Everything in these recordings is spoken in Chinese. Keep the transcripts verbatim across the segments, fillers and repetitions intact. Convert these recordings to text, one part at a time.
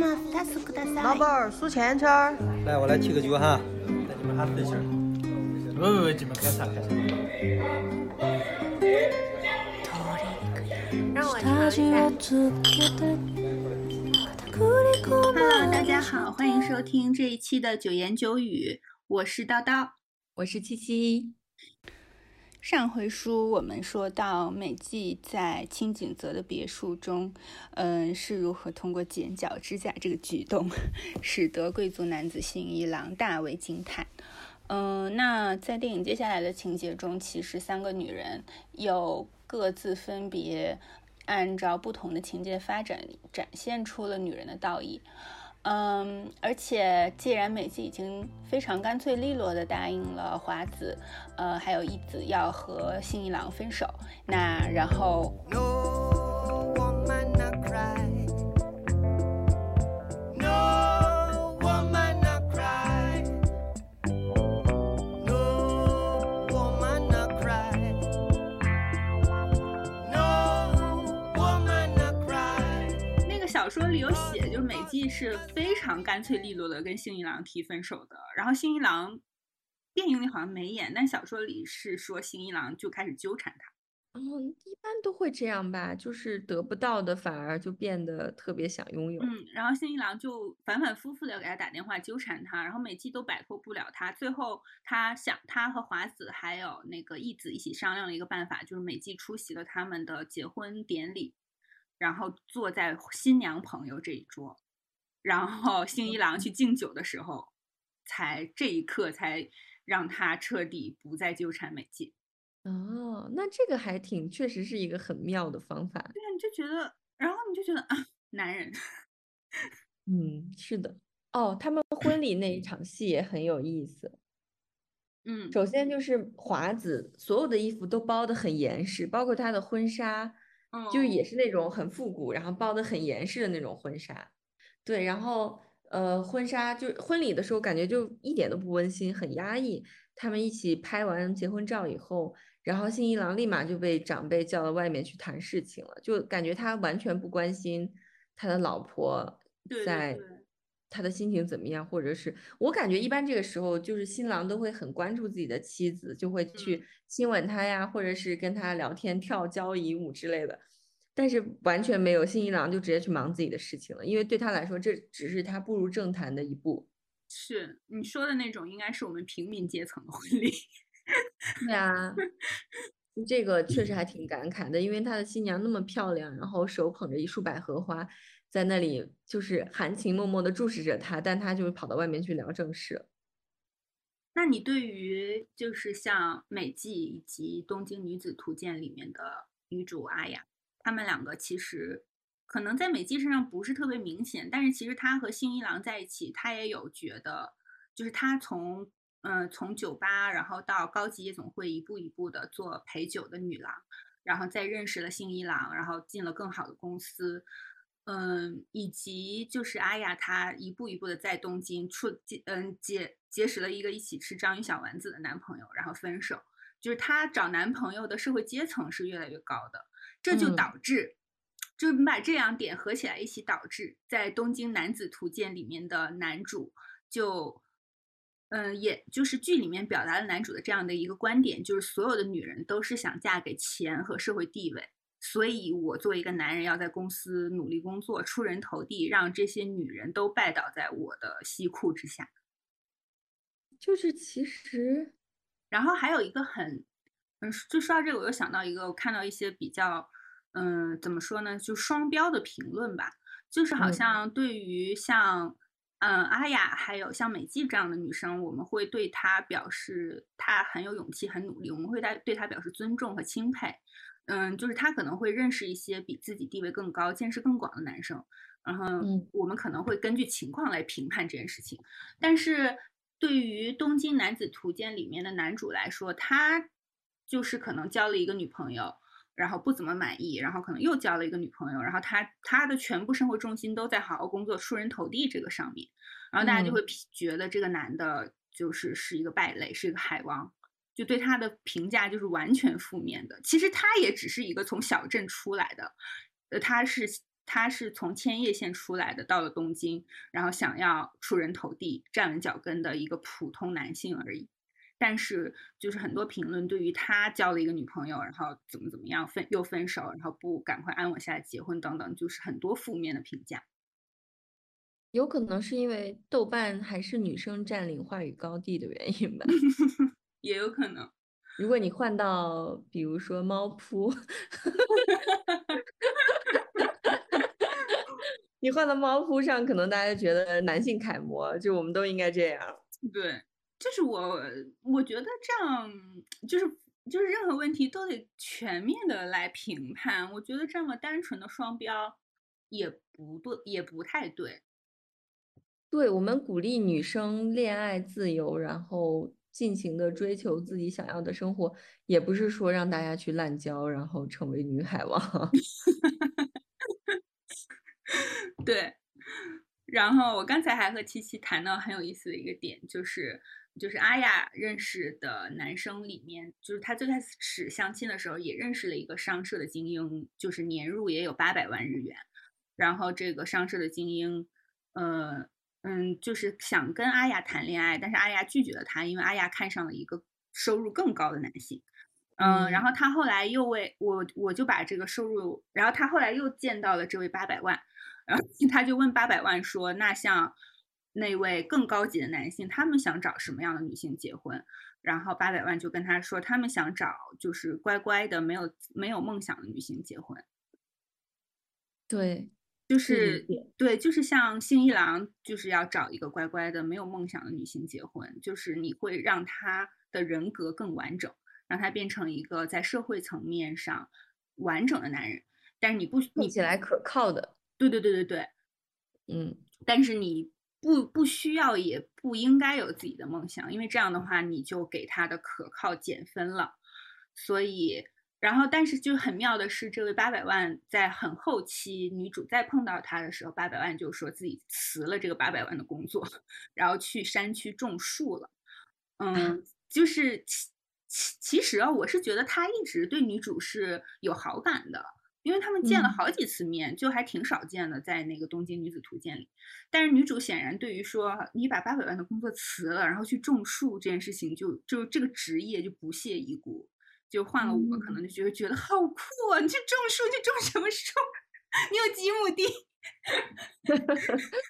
老板儿数钱钱儿。 来，我来提个酒哈，带你们哈分享。 不不不，你们开啥开啥。 让我尝一下。Hello， 大家好，欢迎收听这一期的九言九语，我是叨叨， 我是七七。 上回书我们说到美纪在清景泽的别墅中，嗯，是如何通过剪脚指甲这个举动，使得贵族男子信一郎大为惊叹。嗯，那在电影接下来的情节中，其实三个女人又各自分别按照不同的情节发展展现出了女人的道义。嗯，而且既然美纪已经非常干脆利落的答应了华子，呃，还有义子要和信一郎分手，那然后 No woman not cry. No woman not cry. No woman not cry. No woman not cry. 那个小说里有写，就是美纪是非常干脆利落的跟信一郎提分手的，然后信一郎电影里好像没演，但小说里是说信一郎就开始纠缠他。 嗯，一般都会这样吧，就是得不到的反而就变得特别想拥有。 嗯，然后信一郎就反反复复的给他打电话纠缠他，然后美纪都摆脱不了他。最后他想，他和华子还有那个义子一起商量了一个办法，就是美纪出席了他们的结婚典礼，然后坐在新娘朋友这一桌，然后信一郎去敬酒的时候，才这一刻才让他彻底不再纠缠美纪。 哦，那这个还挺，确实是一个很妙的方法。 对啊，你就觉得，然后你就觉得啊，男人。 嗯，是的。哦，他们婚礼那一场戏也很有意思。 嗯， 首先就是华子所有的衣服都包得很严实，包括她的婚纱， 嗯就是也是那种很复古，然后包得很严实的那种婚纱。对，然后呃，婚纱就婚礼的时候感觉就一点都不温馨，很压抑。他们一起拍完结婚照以后，然后信一郎立马就被长辈叫到外面去谈事情了，就感觉他完全不关心他的老婆对对在对。 他的心情怎么样，或者是我感觉一般这个时候就是新郎都会很关注自己的妻子，就会去亲吻她呀，或者是跟她聊天、跳交谊舞之类的。但是完全没有，信一郎就直接去忙自己的事情了，因为对他来说，这只是他步入政坛的一步。 是你说的那种，应该是我们平民阶层的婚礼。 对啊，这个确实还挺感慨的，因为他的新娘那么漂亮，然后手捧着一束百合花，在那里就是含情脉脉的注视着他，但他就跑到外面去聊正事。 那你对于就是像美纪以及《东京女子图鉴》里面的女主阿雅，她们两个其实可能在美纪身上不是特别明显，但是其实她和信一郎在一起，她也有觉得，就是她从嗯、呃、从酒吧然后到高级夜总会一步一步的做陪酒的女郎，然后再认识了信一郎，然后进了更好的公司。嗯，以及就是阿雅，她一步一步的在东京出，嗯结结识了一个一起吃章鱼小丸子的男朋友，然后分手。就是她找男朋友的社会阶层是越来越高的，这就导致，嗯、就把这两点合起来一起导致，在《东京男子图鉴》里面的男主就，嗯，也就是剧里面表达了男主的这样的一个观点，就是所有的女人都是想嫁给钱和社会地位。所以我作为一个男人要在公司努力工作，出人头地，让这些女人都拜倒在我的西裤之下。 就是其实， 然后还有一个很，嗯，就说到这个，我又想到一个，我看到一些比较，嗯，怎么说呢，就双标的评论吧，就是好像对于像，嗯，阿雅还有像美纪这样的女生，我们会对她表示她很有勇气、很努力，我们会对她表示尊重和钦佩。嗯，就是他可能会认识一些比自己地位更高、见识更广的男生，然后我们可能会根据情况来评判这件事情。但是对于《东京男子图鉴》里面的男主来说，他就是可能交了一个女朋友，然后不怎么满意，然后可能又交了一个女朋友，然后他他的全部生活重心都在好好工作、出人头地这个上面，然后大家就会觉得这个男的就是是一个败类，是一个海王。就对他的评价就是完全负面的。其实他也只是一个从小镇出来的，呃，他是他是从千叶县出来的，到了东京，然后想要出人头地、站稳脚跟的一个普通男性而已。但是就是很多评论对于他交了一个女朋友，然后怎么怎么样分又分手，然后不赶快安稳下来结婚等等，就是很多负面的评价。 有可能是因为豆瓣还是女生占领话语高地的原因吧。 也有可能。 如果你换到比如说猫扑，你换到猫扑上，可能大家觉得男性楷模，就我们都应该这样。 对，就是我我觉得这样就是就是任何问题都得全面的来评判，我觉得这么单纯的双标也不对，也不太对。 对，我们鼓励女生恋爱自由，然后尽情的追求自己想要的生活，也不是说让大家去滥交，然后成为女海王。 对，然后我刚才还和七七谈到很有意思的一个点，就是就是阿雅认识的男生里面，就是他最开始相亲的时候也认识了一个商社的精英，就是年入也有八百万日元。然后这个商社的精英，呃嗯，就是想跟阿雅谈恋爱，但是阿雅拒绝了他，因为阿雅看上了一个收入更高的男性。嗯，然后他后来又为我，我就把这个收入，然后他后来又见到了这位八百万。然后他就问八百万说：“那像那位更高级的男性，他们想找什么样的女性结婚？”然后八百万就跟他说，他们想找就是乖乖的、没有没有梦想的女性结婚。 对， 就是对，就是像新一郎，就是要找一个乖乖的、没有梦想的女性结婚，就是你会让他的人格更完整，让他变成一个在社会层面上完整的男人。但是你不，你起来可靠的。 对对对对对， 嗯， 但是你不不需要也不应该有自己的梦想，因为这样的话你就给他的可靠减分了。所以，然后但是就很妙的是，这位八百万在很后期女主再碰到他的时候，八百万就说自己辞了这个八百万的工作，然后去山区种树了。嗯，就是其其其实啊，我是觉得他一直对女主是有好感的。因为他们见了好几次面，嗯、就还挺少见的，在那个《东京女子图鉴》里。但是女主显然对于说你把八百万的工作辞了，然后去种树这件事情就，就就这个职业就不屑一顾。就换了我，嗯、可能就觉得觉得好酷啊！你去种树，你种什么树？你有几亩地？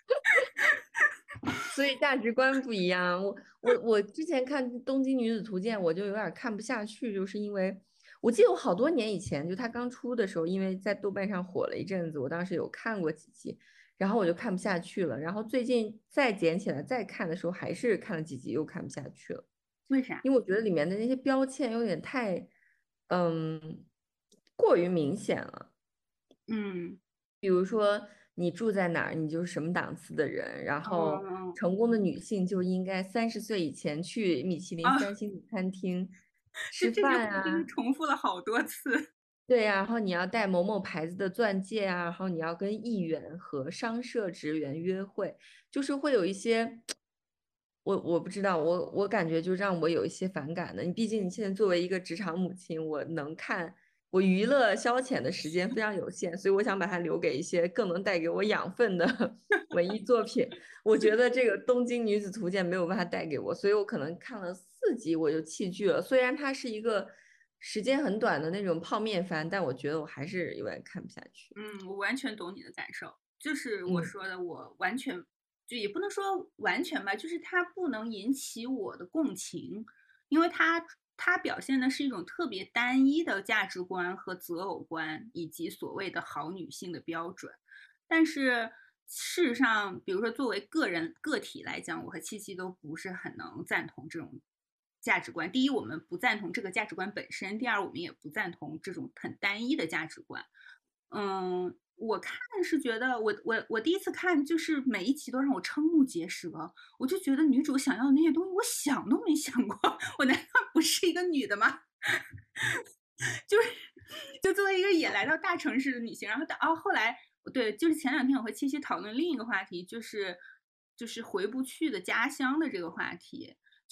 所以价值观不一样。我我我之前看《东京女子图鉴》，我就有点看不下去，就是因为。我记得我好多年以前，就他刚出的时候，因为在豆瓣上火了一阵子，我当时有看过几集，然后我就看不下去了。然后最近再捡起来再看的时候，还是看了几集又看不下去了。 为啥？ 因为我觉得里面的那些标签有点太，嗯，过于明显了。 嗯， 比如说你住在哪儿，你就是什么档次的人，然后成功的女性就应该三十岁以前去米其林三星的餐厅。哦吃饭啊， 就是重复了好多次。 对呀、啊，然后你要戴某某牌子的钻戒啊，然后你要跟议员和商社职员约会，就是会有一些，我我不知道，我我感觉就让我有一些反感的。你毕竟你现在作为一个职场母亲，我能看我娱乐消遣的时间非常有限，所以我想把它留给一些更能带给我养分的文艺作品。我觉得这个《东京女子图鉴》没有办法带给我，所以我可能看了四集我就弃剧了。虽然它是一个时间很短的那种泡面番，但我觉得我还是有点看不下去。 嗯，我完全懂你的感受，就是我说的，我完全、嗯、就也不能说完全吧，就是它不能引起我的共情，因为它它表现的是一种特别单一的价值观和择偶观，以及所谓的好女性的标准。但是事实上，比如说作为个人个体来讲，我和七七都不是很能赞同这种价值观。第一，我们不赞同这个价值观本身；第二，我们也不赞同这种很单一的价值观。嗯，我看是觉得我我我第一次看就是每一集都让我瞠目结舌，我就觉得女主想要的那些东西，我想都没想过，我难道不是一个女的吗？就是就作为一个也来到大城市的女性，然后哦后来对，就是前两天我和七七讨论另一个话题，就是就是回不去的家乡的这个话题。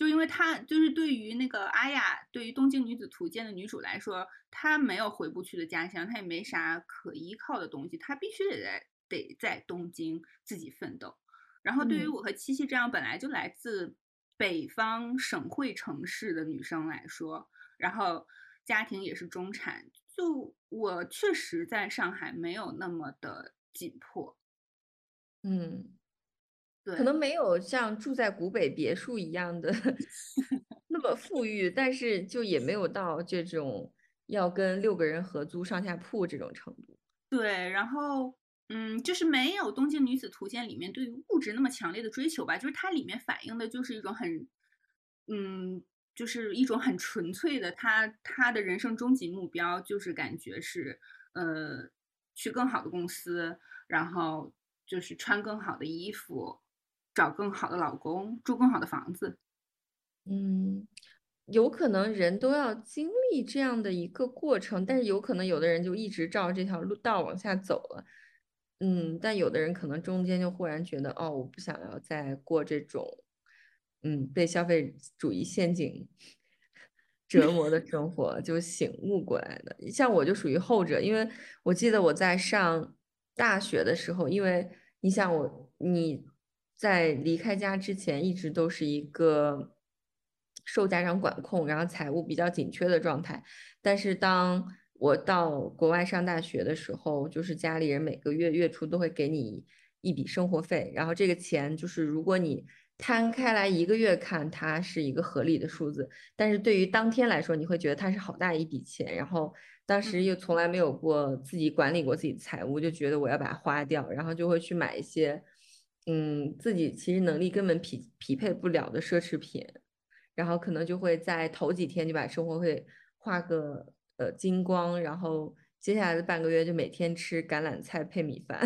就因为她就是对于那个阿雅，对于《东京女子图鉴》的女主来说，她没有回不去的家乡，她也没啥可依靠的东西，她必须得在得在东京自己奋斗。然后对于嗯我和七七这样本来就来自北方省会城市的女生来说，然后家庭也是中产，就我确实在上海没有那么的紧迫。 嗯，可对， 能没有像住在古北别墅一样的那么富裕，但是就也没有到这种要跟六个人合租上下铺这种程度。 对，然后嗯，就是没有《东京女子图鉴》里面对于物质那么强烈的追求吧，就是它里面反映的就是一种很，嗯，就是一种很纯粹的，他他的人生终极目标就是感觉是，呃，去更好的公司，然后就是穿更好的衣服，找更好的老公，住更好的房子。 嗯，有可能人都要经历这样的一个过程，但是有可能有的人就一直照着这条路道往下走了。嗯，但有的人可能中间就忽然觉得，哦，我不想要再过这种，嗯，被消费主义陷阱折磨的生活，就醒悟过来的。像我就属于后者，因为我记得我在上大学的时候，因为你想我你在离开家之前一直都是一个受家长管控，然后财务比较紧缺的状态。但是当我到国外上大学的时候，就是家里人每个月月初都会给你一笔生活费，然后这个钱就是如果你摊开来一个月看，它是一个合理的数字，但是对于当天来说，你会觉得它是好大一笔钱。然后当时又从来没有过自己管理过自己的财务，就觉得我要把它花掉，然后就会去买一些，嗯，自己其实能力根本匹匹配不了的奢侈品。然后可能就会在头几天就把生活费花个呃精光，然后接下来的半个月就每天吃橄榄菜配米饭。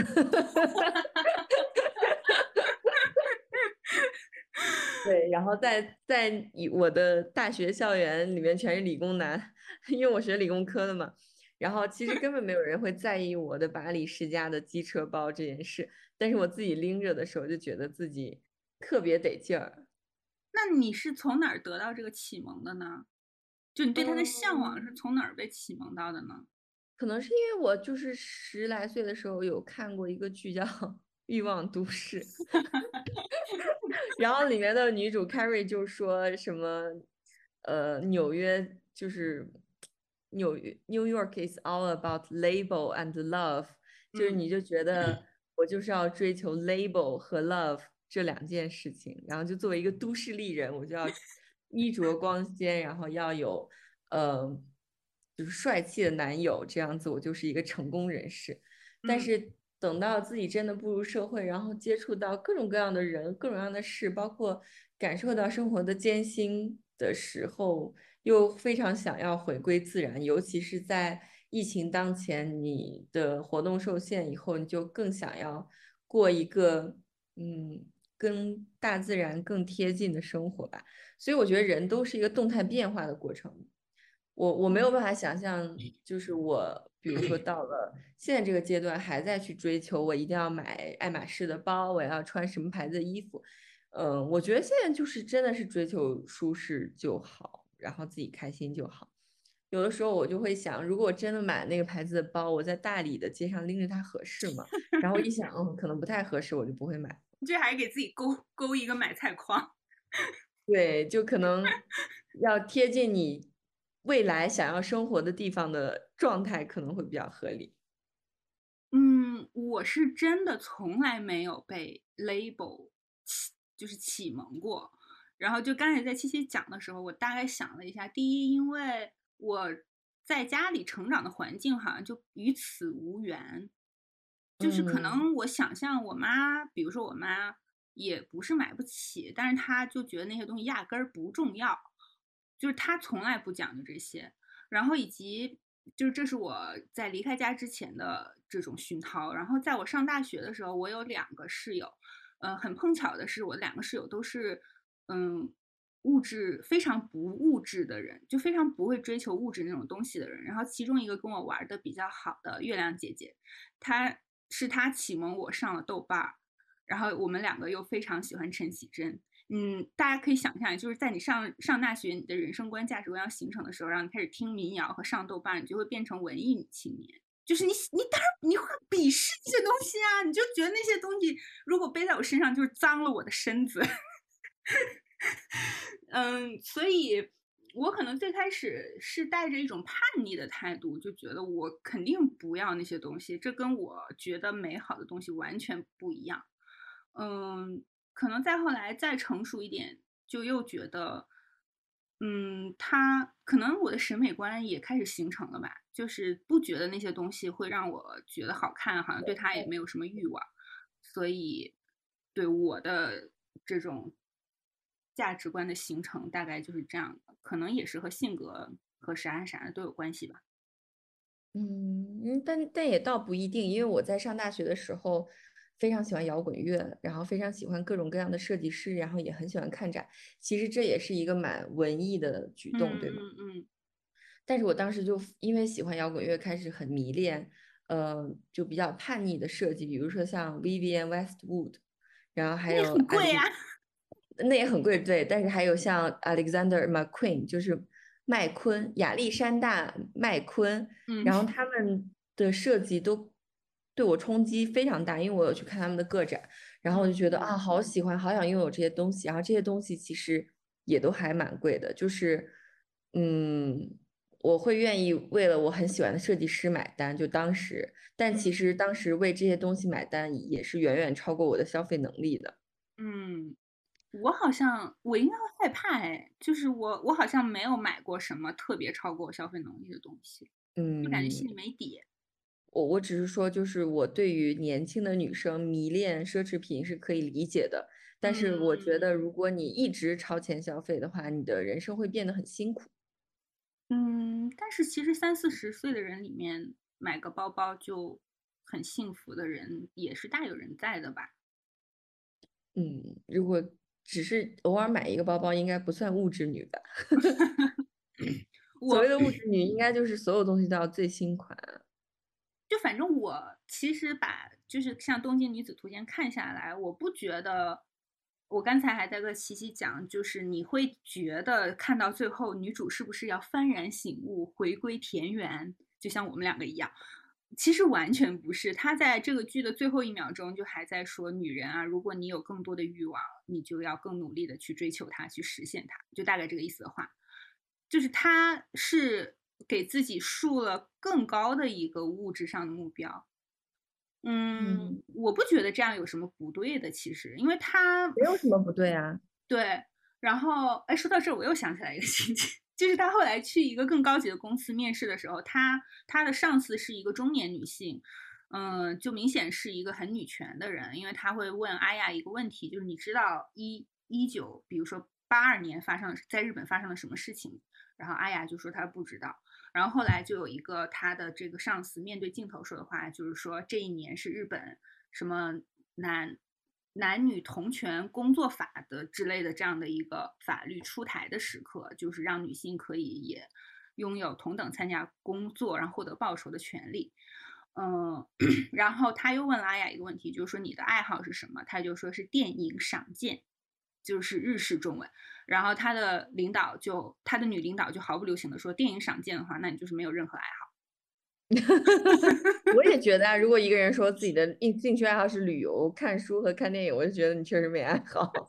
对，然后在在以我的大学校园里面全是理工男，因为我学理工科的嘛。然后其实根本没有人会在意我的巴黎世家的机车包这件事，但是我自己拎着的时候就觉得自己特别得劲儿。 那你是从哪儿得到这个启蒙的呢？就你对他的向往是嗯， 从哪儿被启蒙到的呢？ 可能是因为我就是十来岁的时候有看过一个剧叫《欲望都市》，然后里面的女主 Carrie 就说什么，呃，纽约就是纽约 New York is all about label and love，就是嗯你就觉得我就是要追求 label 和 love 这两件事情，然后就作为一个都市丽人，我就要衣着光鲜，然后要有呃就是帅气的男友，这样子我就是一个成功人士。但嗯是等到自己真的步入社会，然后接触到各种各样的人、各种各样的事，包括感受到生活的艰辛的时候，又非常想要回归自然。尤其是在疫情当前，你的活动受限以后，你就更想要过一个嗯跟大自然更贴近的生活吧。所以我觉得人都是一个动态变化的过程。我我没有办法想象，就是我，比如说到了现在这个阶段，还在去追求我一定要买爱马仕的包，我要穿什么牌子的衣服。嗯，我觉得现在就是真的是追求舒适就好，然后自己开心就好。有的时候我就会想，如果我真的买那个牌子的包，我在大理的街上拎着它合适吗？然后一想，嗯，可能不太合适，我就不会买。 你这还给自己勾勾一个买菜筐。 对，就可能要贴近你未来想要生活的地方的状态，可能会比较合理。 嗯，我是真的从来没有被 label 启就是启蒙过。然后就刚才在七七讲的时候，我大概想了一下，第一，因为我在家里成长的环境好像就与此无缘，就是可嗯能我想象我妈，比如说我妈也不是买不起，但是她就觉得那些东西压根儿不重要，就是她从来不讲究这些。然后以及就是这是我在离开家之前的这种熏陶。然后在我上大学的时候，我有两个室友，呃，很碰巧的是，我两个室友都是嗯物质非常不物质的人，就非常不会追求物质那种东西的人。然后其中一个跟我玩的比较好的月亮姐姐，她是她启蒙我上了豆瓣儿，然后我们两个又非常喜欢陈绮贞。 嗯，大家可以想象，就是在你上上大学，你的人生观、价值观要形成的时候，让你开始听民谣和上豆瓣，你就会变成文艺女青年。就是你你当然你会鄙视这些东西啊，你就觉得那些东西如果背在我身上，就是脏了我的身子。嗯，所以我可能最开始是带着一种叛逆的态度，就觉得我肯定不要那些东西，这跟我觉得美好的东西完全不一样。嗯，可能再后来再成熟一点，就又觉得，嗯，他可能我的审美观也开始形成了吧，就是不觉得那些东西会让我觉得好看，好像对他也没有什么欲望，所以对我的这种价值观的形成大概就是这样的，可能也是和性格和啥啥的都有关系吧。 嗯，嗯但但也倒不一定，因为我在上大学的时候非常喜欢摇滚乐，然后非常喜欢各种各样的设计师，然后也很喜欢看展。其实这也是一个蛮文艺的举嗯动，对吗？ 嗯嗯但是我当时就因为喜欢摇滚乐，开始很迷恋，呃，就比较叛逆的设计，比如说像 Vivienne Westwood，然后还那也有很贵啊。 Ale- 那也很贵，对，但是还有像 Alexander McQueen，就是麦昆，亚历山大麦昆， 嗯然后他们的设计都对我冲击非常大，因为我有去看他们的个展，然后我就觉得啊，好喜欢，好想拥有这些东西，然后这些东西其实也都还蛮贵的，就是嗯。我会愿意为了我很喜欢的设计师买单，就当时，但其实当时为这些东西买单也是远远超过我的消费能力的。 嗯，我好像我应该会害怕哎，就是我我好像没有买过什么特别超过我消费能力的东西，就感觉嗯， 心里没底。 我我只是说，就是我对于年轻的女生迷恋奢侈品是可以理解的，但是我觉嗯得如果你一直超前消费的话，你的人生会变得很辛苦。 嗯，但是其实三四十岁的人里面买个包包就很幸福的人也是大有人在的吧？ 嗯，如果只是偶尔买一个包包，应该不算物质女吧？所谓我的物质女，应该就是所有东西都要最新款啊。 就反正我其实把就是像《东京女子图鉴》看下来，我不觉得。我刚才还在跟琪琪讲，就是你会觉得看到最后女主是不是要幡然醒悟，回归田园，就像我们两个一样。其实完全不是，她在这个剧的最后一秒钟就还在说，女人啊，如果你有更多的欲望，你就要更努力的去追求它，去实现它，就大概这个意思的话。就是他是给自己树了更高的一个物质上的目标。嗯， 嗯， 我不觉得这样有什么不对的，其实，因为他没有什么不对啊。 对，然后哎，说到这儿，我又想起来一个情节，就是他后来去一个更高级的公司面试的时候，他他的上司是一个中年女性，嗯，就明显是一个很女权的人，因为他会问阿亚一个问题，就是你知道一一九，比如说八二年发生在日本发生了什么事情？然后阿雅就说她不知道。然后后来就有一个他的这个上司面对镜头说的话，就是说这一年是日本什么男男女同权工作法的之类的这样的一个法律出台的时刻，就是让女性可以也拥有同等参加工作，然后获得报酬的权利。嗯，然后他又问了阿雅一个问题，就是说你的爱好是什么？他就说是电影赏鉴，就是日式中文。然后他的领导就他的女领导就毫不留情的说，电影赏鉴的话，那你就是没有任何爱好。 我也觉得啊，如果一个人说自己的兴兴趣爱好是旅游、看书和看电影，我就觉得你确实没爱好。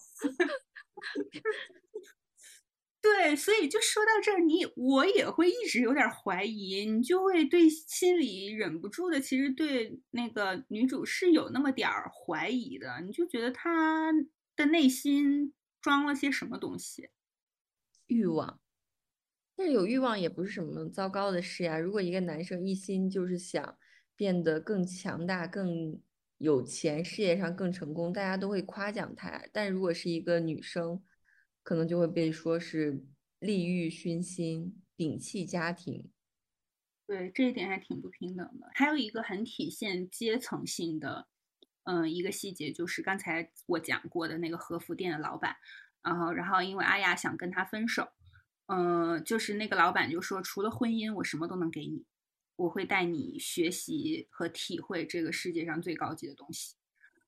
对，所以就说到这儿，你我也会一直有点怀疑，你就会对心里忍不住的，其实对那个女主是有那么点儿怀疑的，你就觉得她的内心装了些什么东西。 欲望，但是有欲望也不是什么糟糕的事呀。如果一个男生一心就是想变得更强大、更有钱，事业上更成功，大家都会夸奖他。但如果是一个女生，可能就会被说是利欲熏心、摒弃家庭。 对，这一点还挺不平等的。还有一个很体现阶层性的，嗯，一个细节就是刚才我讲过的那个和服店的老板，然后然后因为阿雅想跟他分手，嗯，就是那个老板就说，除了婚姻，我什么都能给你，我会带你学习和体会这个世界上最高级的东西。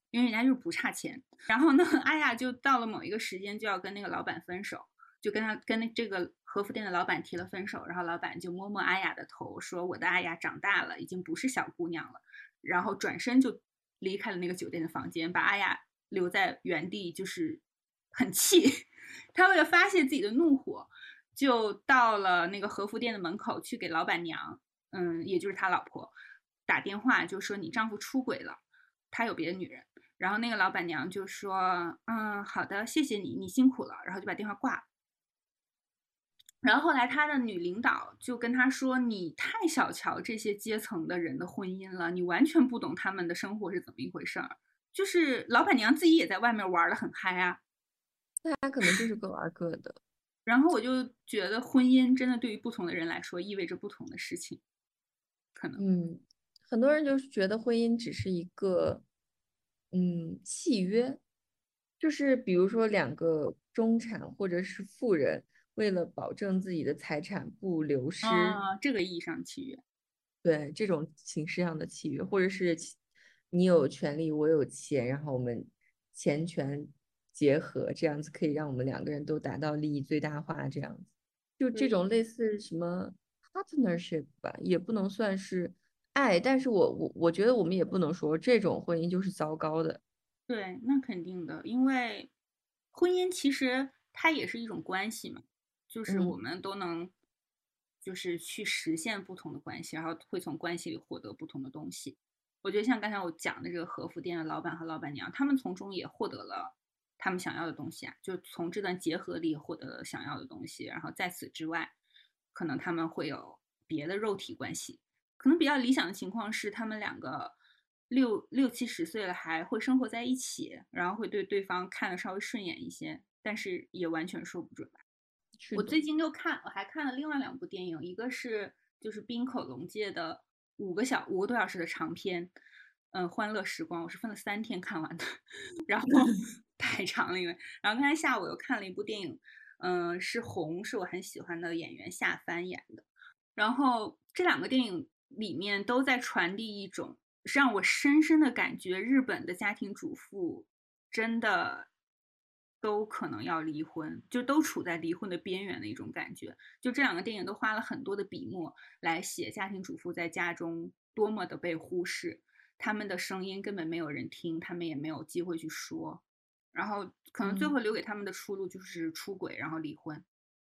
因为人家就是不差钱。然后呢，阿雅就到了某一个时间就要跟那个老板分手，就跟他跟那这个和服店的老板提了分手，然后老板就摸摸阿雅的头，说我的阿雅长大了，已经不是小姑娘了，然后转身就离开了那个酒店的房间，把阿雅留在原地，就是很气。他为了发泄自己的怒火，就到了那个和服店的门口去给老板娘，嗯，也就是他老婆打电话，就说你丈夫出轨了，他有别的女人。然后那个老板娘就说，嗯，好的，谢谢你，你辛苦了，然后就把电话挂了。然后后来他的女领导就跟他说，你太小瞧这些阶层的人的婚姻了，你完全不懂他们的生活是怎么一回事儿。就是老板娘自己也在外面玩得很嗨啊， 他可能就是各玩各的。 然后我就觉得婚姻真的对于不同的人来说意味着不同的事情，可能。 嗯，很多人就是觉得婚姻只是一个嗯契约，就是比如说两个中产或者是富人，为了保证自己的财产不流失， 啊，这个意义上契约。 对这种形式上的契约，或者是其你有权利，我有钱，然后我们钱权结合，这样子可以让我们两个人都达到利益最大化，这样子。就这种类似什么 partnership 吧，也不能算是爱，但是我我我觉得我们也不能说这种婚姻就是糟糕的。 对，那肯定的，因为婚姻其实它也是一种关系嘛，就是我嗯们都能就是去实现不同的关系，然后会从关系里获得不同的东西。我觉得像刚才我讲的这个和服店的老板和老板娘，他们从中也获得了他们想要的东西啊，就从这段结合里获得了想要的东西，然后在此之外，可能他们会有别的肉体关系。可能比较理想的情况是，他们两个六六七十岁了还会生活在一起，然后会对对方看得稍微顺眼一些，但是也完全说不准吧。 是的。 我最近又看，我还看了另外两部电影，一个是就是滨口龙介的五个小五个多小时的长片，嗯，《欢乐时光》，我是分了三天看完的，然后太长了，因为然后刚才下午又看了一部电影，嗯，是红，是我很喜欢的演员夏帆演的，然后这两个电影里面都在传递一种让我深深的感觉，日本的家庭主妇真的都可能要离婚，就都处在离婚的边缘的一种感觉。就这两个电影都花了很多的笔墨来写家庭主妇在家中多么的被忽视，他们的声音根本没有人听，他们也没有机会去说，然后可能最嗯后留给他们的出路就是出轨，然后离婚。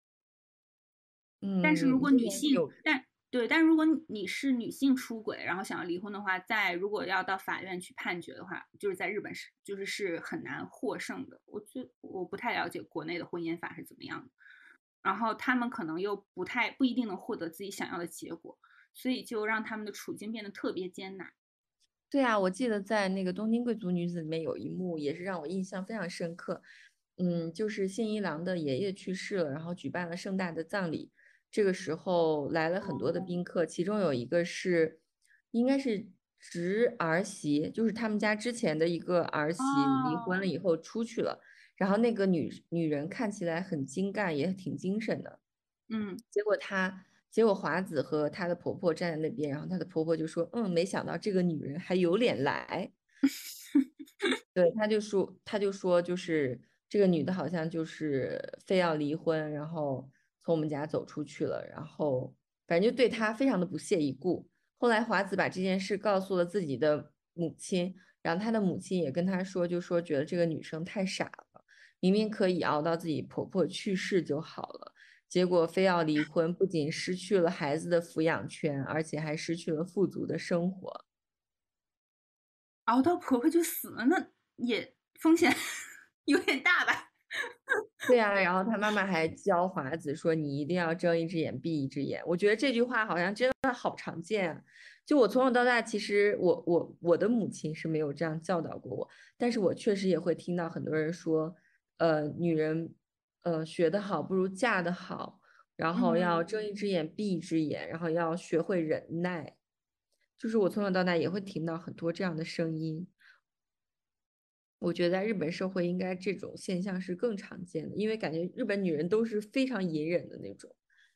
但是如嗯， 果这女性， 边有但对，但如果你是女性出轨，然后想要离婚的话，在如果要到法院去判决的话，就是在日本是就是是很难获胜的。我觉我不太了解国内的婚姻法是怎么样的，然后他们可能又不太不一定能获得自己想要的结果，所以就让他们的处境变得特别艰难。 对啊，我记得在那个《东京贵族女子》里面有一幕也是让我印象非常深刻。嗯，就是信一郎的爷爷去世了，然后举办了盛大的葬礼。这个时候来了很多的宾客，其中有一个是应该是侄儿媳，就是他们家之前的一个儿媳离婚了哦， 以后出去了，然后那个女女人看起来很精干，也挺精神的。 嗯， 结果她，结果华子和她的婆婆站在那边，然后她的婆婆就说：“嗯，没想到这个女人还有脸来。”对，他就说，他就说，就是这个女的好像就是非要离婚，然后从我们家走出去了，然后反正就对她非常的不屑一顾。后来华子把这件事告诉了自己的母亲，然后她的母亲也跟她说，就说觉得这个女生太傻了，明明可以熬到自己婆婆去世就好了，结果非要离婚，不仅失去了孩子的抚养权，而且还失去了富足的生活。 熬到婆婆就死了，那也风险有点大吧？ 对呀，然后他妈妈还教华子说：“你一定要睁一只眼闭一只眼。”我觉得这句话好像真的好常见啊。就我从小到大，其实我我我的母亲是没有这样教导过我，但是我确实也会听到很多人说，呃，女人，呃，学得好不如嫁得好，然后要睁一嗯。 只眼闭一只眼，然后要学会忍耐。就是我从小到大也会听到很多这样的声音。我觉得在日本社会应该这种现象是更常见的，因为感觉日本女人都是非常隐忍的那种。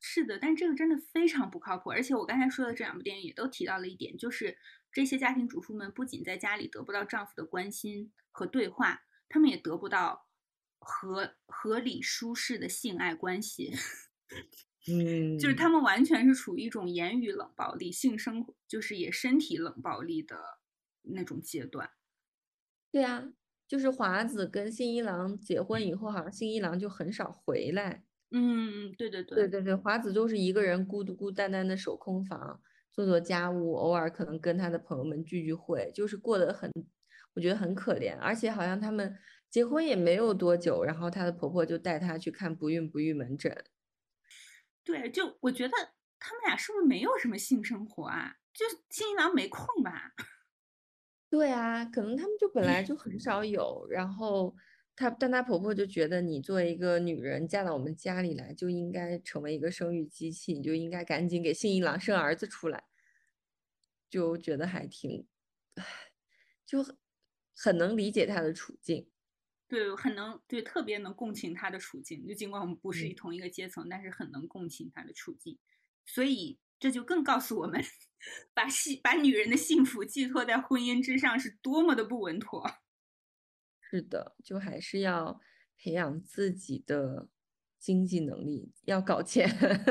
是的，但这个真的非常不靠谱。而且我刚才说的这两部电影也都提到了一点，就是这些家庭主妇们不仅在家里得不到丈夫的关心和对话，她们也得不到合合理舒适的性爱关系。就是她嗯， 们完全是处于一种言语冷暴力、性生活就是也身体冷暴力的那种阶段。 对啊，就是华子跟新一郎结婚以后，好像新一郎就很少回来。 嗯，对对对。 对对对，华子都是一个人孤独孤单单的守空房，做做家务，偶尔可能跟他的朋友们聚聚会，就是过得很，我觉得很可怜。而且好像他们结婚也没有多久，然后她的婆婆就带她去看不孕不育门诊。 对，就我觉得他们俩是不是没有什么性生活啊？就新一郎没空吧？ 对啊，可能他们就本来就很少有，然后她，但她婆婆就觉得你作为一个女人嫁到我们家里来，就应该成为一个生育机器，你就应该赶紧给新一郎生儿子出来，就觉得还挺，唉，就很很能理解她的处境。 对，很能对，特别能共情他的处境。就尽管我们不是一嗯， 同一个阶层，但是很能共情他的处境。所以这就更告诉我们，把幸把女人的幸福寄托在婚姻之上是多么的不稳妥。 是的，就还是要培养自己的经济能力，要搞钱。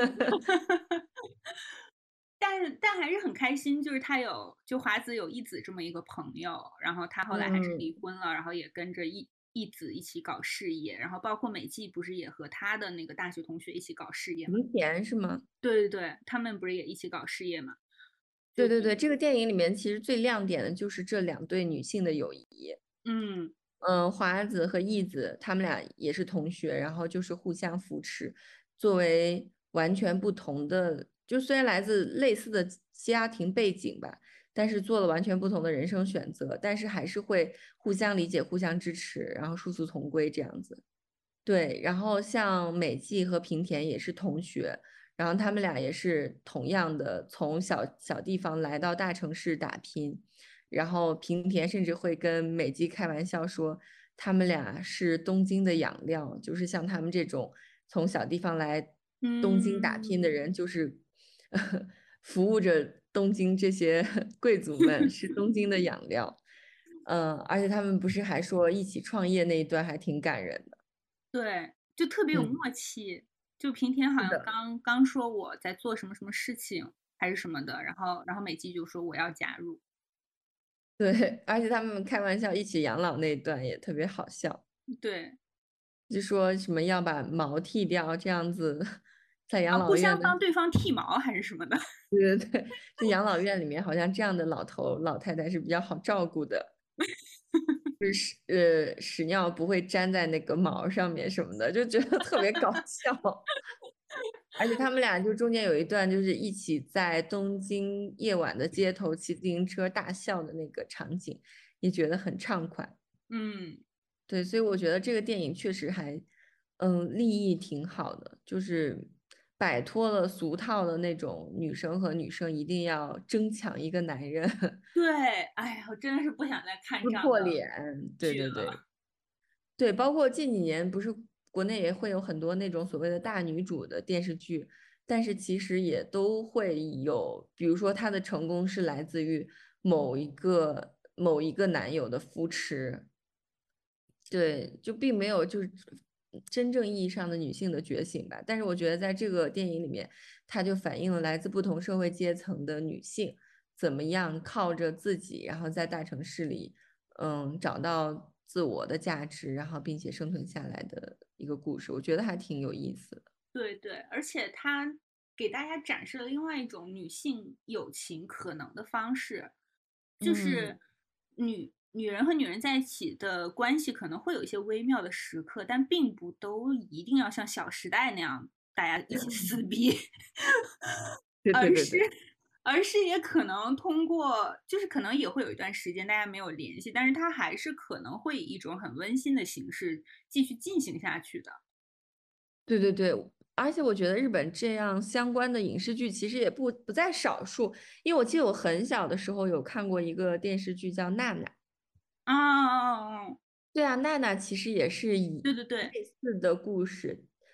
但是但还是很开心，就是他有就华子有义子这么一个朋友，然后他后来还是离嗯， 婚了，然后也跟着义义子一起搞事业，然后包括美纪不是也和他的那个大学同学一起搞事业嘛？ 零钱是吗？ 对对对，他们不是也一起搞事业嘛？就对对对，这个电影里面其实最亮点的就是这两对女性的友谊。 嗯嗯，华子和义子他们俩也是同学，然后就是互相扶持。作为完全不同的，就虽然来自类似的家庭背景吧，但是做了完全不同的人生选择，但是还是会互相理解、互相支持，然后殊途同归这样子。对，然后像美纪和平田也是同学，然后他们俩也是同样的从小小地方来到大城市打拼，然后平田甚至会跟美纪开玩笑说，他们俩是东京的养料，就是像他们这种从小地方来东京打拼的嗯， 人，就是服务着东京这些贵族们，是东京的养料。嗯，而且他们不是还说一起创业那一段还挺感人的。 对，就特别有嗯， 默契。就平田好像是的。 刚刚说我在做什么什么事情还是什么的，然后然后美纪就说我要加入。 对，而且他们开玩笑一起养老那一段也特别好笑， 对就说什么要把毛剃掉，这样子在养啊，互老院的， 相帮对方剃毛还是什么的。 对对对，就养老院里面好像这样的老头老太太是比较好照顾的，就是呃屎尿不会粘在那个毛上面什么的，就觉得特别搞笑。而且他们俩就中间有一段就是一起在东京夜晚的街头骑自行车大笑的那个场景，也觉得很畅快。 嗯， 对，所以我觉得这个电影确实还，嗯，立意挺好的，就是摆脱了俗套的那种女生和女生一定要争抢一个男人， 对，哎呀，我真的是不想再看撕这样的破脸。对剧了。 对对对，包括近几年不是国内也会有很多那种所谓的大女主的电视剧，但是其实也都会有，比如说她的成功是来自于某一个某一个男友的扶持。对，就并没有就是真正意义上的女性的觉醒吧。但是我觉得在这个电影里面，它就反映了来自不同社会阶层的女性怎么样靠着自己，然后在大城市里，嗯，找到自我的价值，然后并且生存下来的一个故事。我觉得还挺有意思的。 对对，而且它给大家展示了另外一种女性友情可能的方式，就嗯， 是女女人和女人在一起的关系可能会有一些微妙的时刻，但并不都一定要像《小时代》那样大家一起撕逼， 对对而是对对。 而是也可能通过，就是可能也会有一段时间大家没有联系，但是它还是可能会以一种很温馨的形式继续进行下去的。 对对对，而且我觉得日本这样相关的影视剧其实也不不在少数，因为我记得我很小的时候有看过一个电视剧叫《娜娜》。 啊， 对啊，娜娜其实也是以对对对。 类似的故事，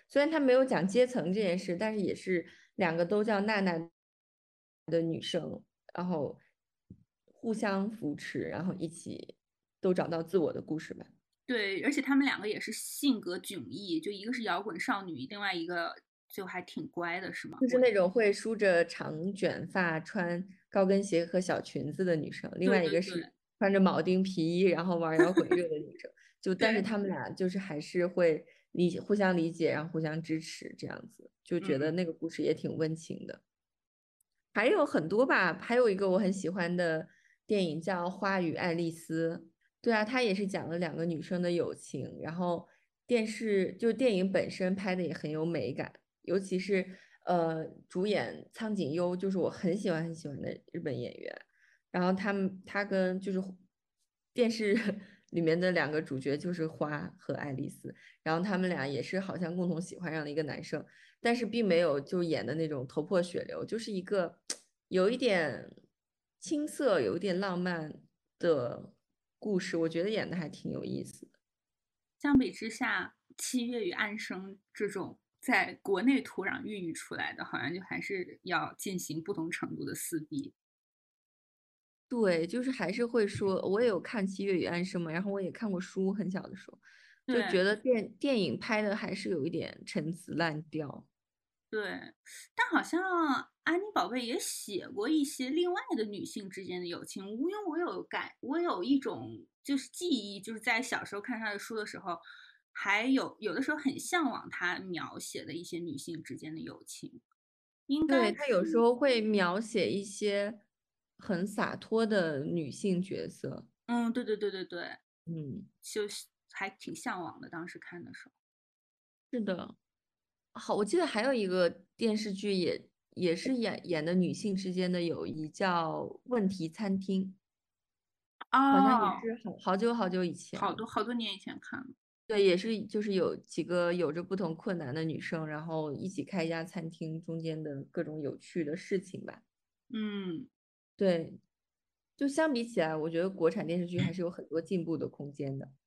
虽然他没有讲阶层这件事，但是也是两个都叫娜娜的女生，然后互相扶持，然后一起都找到自我的故事吧。 对，而且他们两个也是性格迥异，就一个是摇滚少女，另外一个就还挺乖的，是吗？ 就是那种会梳着长卷发、穿高跟鞋和小裙子的女生，另对外一个是对对穿着铆钉皮衣，然后玩摇滚乐的女生。就但是对， 他们俩就是还是会理互相理解，然后互相支持，这样子就觉得嗯， 那个故事也挺温情的。还有很多吧，还有一个我很喜欢的电影叫《花与爱丽丝》。对啊，它也是讲了两个女生的友情，然后电视就是电影本身拍的也很有美感，尤其是呃主演苍井优，就是我很喜欢很喜欢的日本演员。然后他们他跟就是电视里面的两个主角就是花和爱丽丝，然后他们俩也是好像共同喜欢上了一个男生。但是并没有就演的那种头破血流，就是一个有一点青涩、有一点浪漫的故事，我觉得演的还挺有意思的。 相比之下，《七月与安生》这种在国内土壤孕育出来的，好像就还是要进行不同程度的撕逼。 对，就是还是会说，我也有看《七月与安生》嘛，然后我也看过书，很小的时候就对觉得电电影拍的还是有一点陈词滥调。 对，但好像安妮宝贝也写过一些另外的女性之间的友情，因为我有感，我有一种就是记忆，就是在小时候看她的书的时候，还有有的时候很向往她描写的一些女性之间的友情，应该对，他有时是， 候会描写一些很洒脱的女性角色。 嗯，对对对对对， 嗯， 就是还挺向往的，当时看的时候。 是的。好，我记得还有一个电视剧也也是演演的女性之间的友谊，叫《问题餐厅》，好像也哦， 是好好久好久以前好了。 多好多年以前看的， 对，也是就是有几个有着不同困难的女生，然后一起开一家餐厅，中间的各种有趣的事情吧。 嗯。 对，就相比起来，我觉得国产电视剧还是有很多进步的空间的。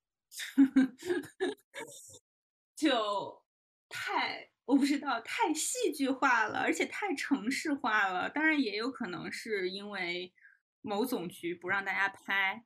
就太我不知道，太戏剧化了，而且太程式化了。当然，也有可能是因为某总局不让大家拍。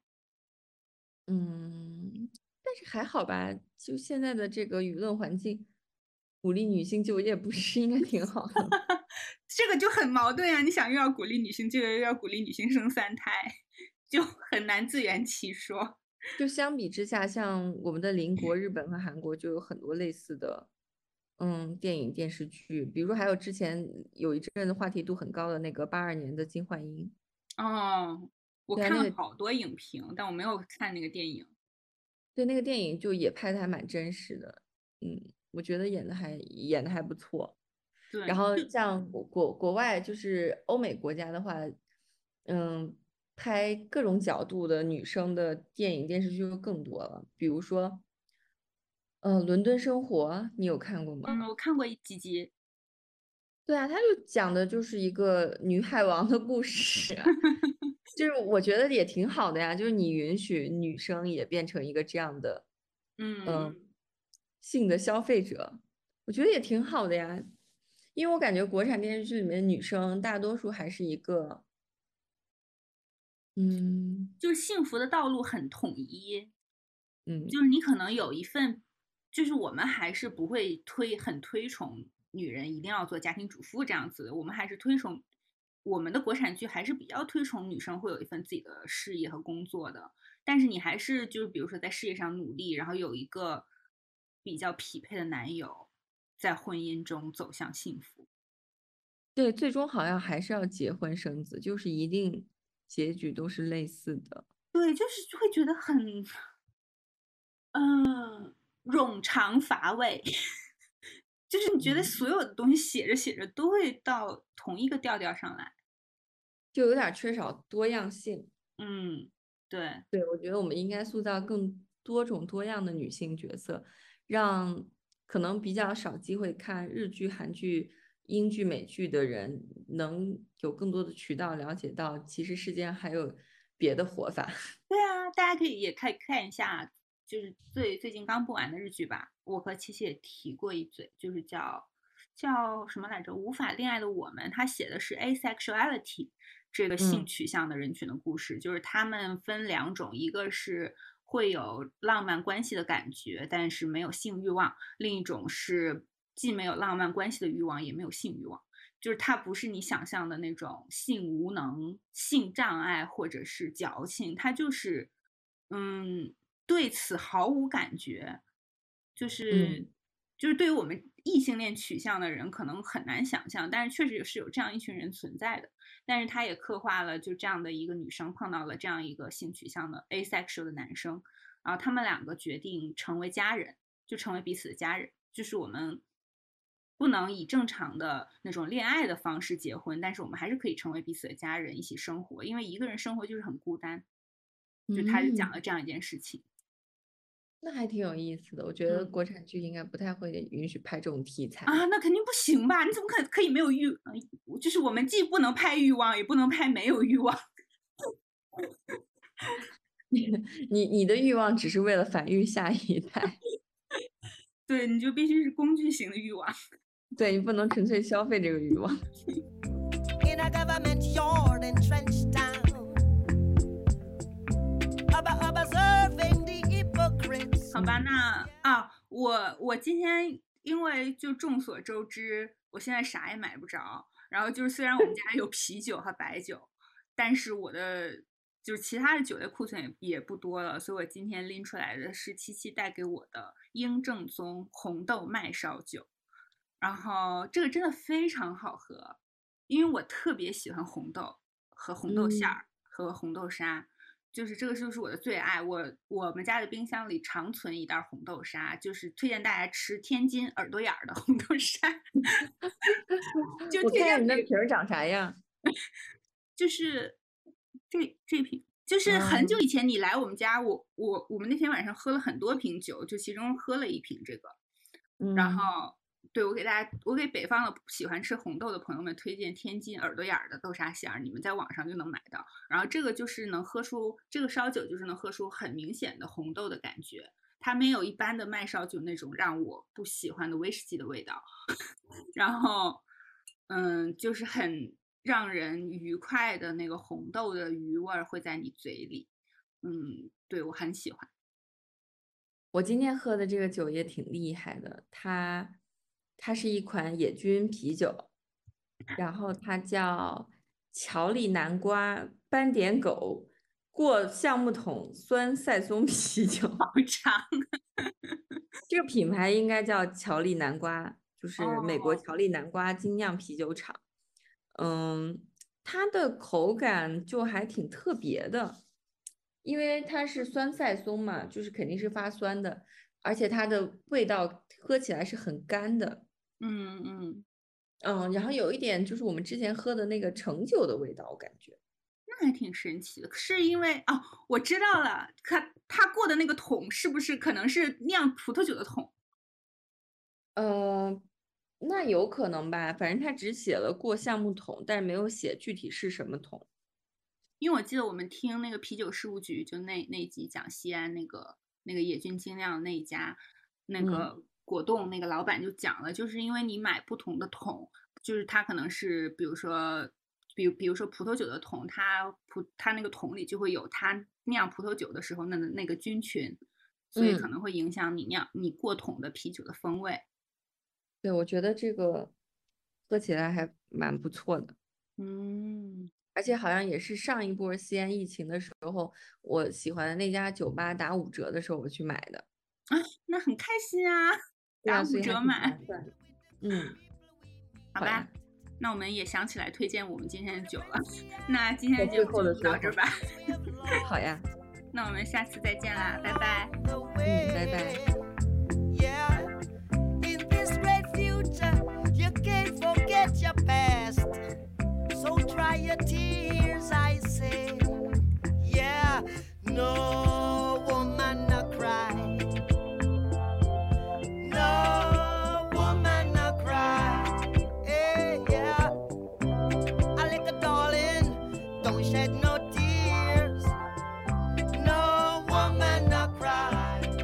嗯，但是还好吧，就现在的这个舆论环境，鼓励女性就业不是应该挺好的。 这个就很矛盾啊！你想又要鼓励女性就业，又要鼓励女性生三胎，就很难自圆其说。 就相比之下，像我们的邻国日本和韩国就有很多类似的，嗯，电影电视剧，比如说还有之前有一阵子话题度很高的那个八二年的金焕英。 哦，我对啊，那个看了好多影评，但我没有看那个电影。 对那个电影就也拍的还蛮真实的，嗯，我觉得演的还演的还不错。然对， 后像国国国外就是欧美国家的话，嗯，拍各种角度的女生的电影电视剧就更多了，比如说，呃，《伦敦生活》，你有看过嗯， 吗？ 我看过一几集。 对啊，他就讲的就是一个女海王的故事啊，就是我觉得也挺好的呀，就是你允许女生也变成一个这样的， 嗯， 嗯，性的消费者，我觉得也挺好的呀，因为我感觉国产电视剧里面的女生大多数还是一个，嗯就是幸福的道路很统一， 嗯， 就是你可能有一份，就是我们还是不会推很推崇女人一定要做家庭主妇这样子的，我们还是推崇我们的国产剧还是比较推崇女生会有一份自己的事业和工作的，但是你还是就是比如说在事业上努力，然后有一个比较匹配的男友，在婚姻中走向幸福。 对，最终好像还是要结婚生子，就是一定结局都是类似的。 对，就是会觉得很嗯冗长乏味。就是你觉得嗯。 所有的东西写着写着都会到同一个调调上来。 就有点缺少多样性。 嗯，对， 对，我觉得我们应该塑造更多种多样的女性角色，让可能比较少机会看日剧、韩剧、英剧、美剧的人，能有更多的渠道了解到，其实世间还有别的活法。 对啊，大家可以也可以看一下就是最最近刚播完的日剧吧，我和琪琪也提过一嘴，就是叫叫什么来着？无法恋爱的我们，他写的是 asexuality 这个性嗯取向的人群的故事，就是他们分两种，一个是会有浪漫关系的感觉，但是没有性欲望；另一种是既没有浪漫关系的欲望，也没有性欲望。就是它不是你想象的那种性无能、性障碍或者是矫情，它就是嗯对此毫无感觉，就是、 嗯就是对于我们异性恋取向的人可能很难想象，但是确实是有这样一群人存在的。但是他也刻画了就这样的一个女生碰到了这样一个性取向的 asexual 的男生，然后他们两个决定成为家人，就成为彼此的家人，就是我们不能以正常的那种恋爱的方式结婚，但是我们还是可以成为彼此的家人，一起生活，因为一个人生活就是很孤单。就他就讲嗯， 了这样一件事情。 那还挺有意思的。我觉得嗯国产剧应该不太会允许拍这种题材。 啊，那肯定不行吧？你怎么可可以没有欲？呃就是我们既不能拍欲望，也不能拍没有欲望。 你你的欲望只是为了繁育下一代， 对，你就必须是工具型的欲望。 对你不能纯粹消费这个欲望。 In a government yard and trench town, ob- observing the hypocrites. 好吧，那啊，我我今天因为就众所周知，我现在啥也买不着。然后就是虽然我们家有啤酒和白酒，但是我的就是其他的酒类库存也也不多了，所以我今天拎出来的是七七带给我的英正宗红豆麦烧酒。然后这个真的非常好喝，因为我特别喜欢红豆和红豆馅儿和红豆沙。就是这个就是我的最爱，我我们家的冰箱里常存一袋红豆沙，就是推荐大家吃天津耳朵眼儿的红豆沙。就我推荐看看你的给皮儿长啥样。 就是这这瓶，就是很久嗯以前你来我们家，我我我们那天晚上喝了很多瓶酒，就其中喝了一瓶这个，然嗯后对我给大家，我给北方的喜欢吃红豆的朋友们推荐天津耳朵眼儿的豆沙馅儿，你们在网上就能买到。然后这个就是能喝出这个烧酒，就是能喝出很明显的红豆的感觉，它没有一般的麦烧酒那种让我不喜欢的威士忌的味道。然后，嗯，就是很让人愉快的那个红豆的余味儿会在你嘴里，嗯，对我很喜欢。 我今天喝的这个酒也挺厉害的，它它是一款野菌啤酒，然后它叫乔丽南瓜斑点狗过橡木桶酸赛松啤酒。 好长。 这个品牌应该叫乔丽南瓜，就是美国哦乔丽南瓜精酿啤酒厂。嗯，它的口感就还挺特别的，因为它是酸赛松嘛，就是肯定是发酸的，而且它的味道喝起来是很干的。 嗯嗯， 嗯，然后有一点就是我们之前喝的那个橙酒的味道，我感觉。 那还挺神奇的，是因为哦，我知道了，它它过的那个桶是不是可能是酿葡萄酒的桶？ 呃，那有可能吧，反正它只写了过橡木桶，但是没有写具体是什么桶。 因为我记得我们听那个啤酒事务局，就那那集讲西安那个那个野菌精酿那一家，那个果冻那个老板就讲了，就是因为你买不同的桶，就是它可能是比如说，比如比如说葡萄酒的桶，它葡它那个桶里就会有它酿葡萄酒的时候那那个菌群，所以可嗯能会影响你酿你过桶的啤酒的风味。 对，我觉得这个喝起来还蛮不错的。 嗯， 而且好像也是上一波西安疫情的时候，我喜欢的那家酒吧打五折的时候我去买的。 那很开心啊， 对啊， 打五所以还挺折买划。算的。嗯， 好吧好呀， 那我们也想起来推荐我们今天的酒了。那今天的在最节目就后的最后到这儿吧。 好呀， 那我们下次再见啦，拜拜。 嗯，拜拜。 Yeah, in this great future, you can't forget your past. So dry your tears, I say. Yeah, no woman no cry. No woman no cry. Hey, yeah. I like a darling, don't shed no tears. No woman no cry.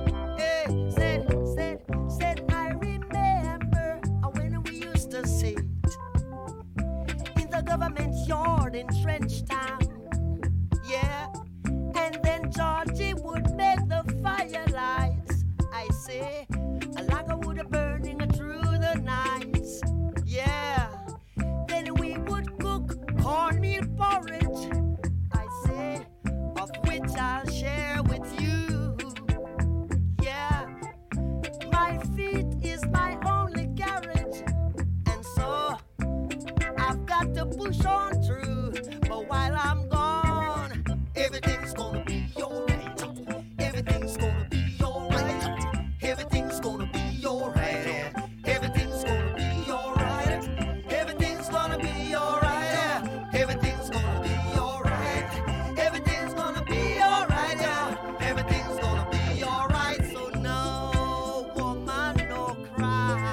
trench town. Yeah, and then Georgie would make the firelights. I say, like a wood burning through the nights. Yeah, then we would cook cornmeal porridge. I say, of which I'll share with you. Yeah, my feet is my only carriage, and so I've got to push on through. But while I'm gone, everything's gonna be alright. Everything's gonna be alright. Everything's gonna be alright. Everything's gonna be alright. Everything's gonna be alright. Everything's gonna be alright. Everything's gonna be alright. Yeah, everything's gonna be alright. So no woman, no cry.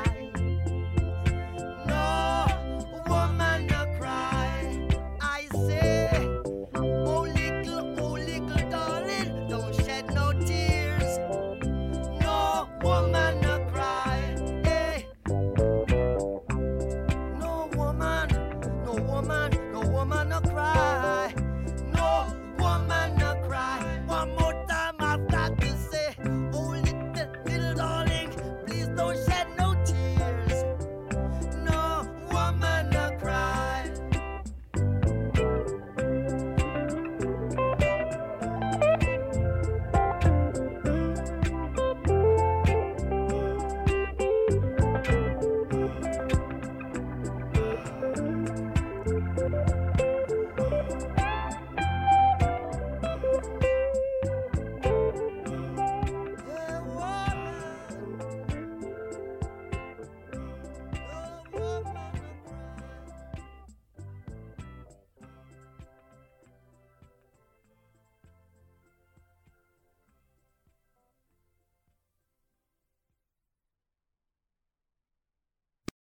No woman, no cry. I say, oh little, oh little darling, don't shed no tears. No woman, no cry. Hey. No woman, no woman, no woman, no cry. No woman, no cry. One more time I've got to say, oh little, little darling, please don't shed no tears. No woman, no cry.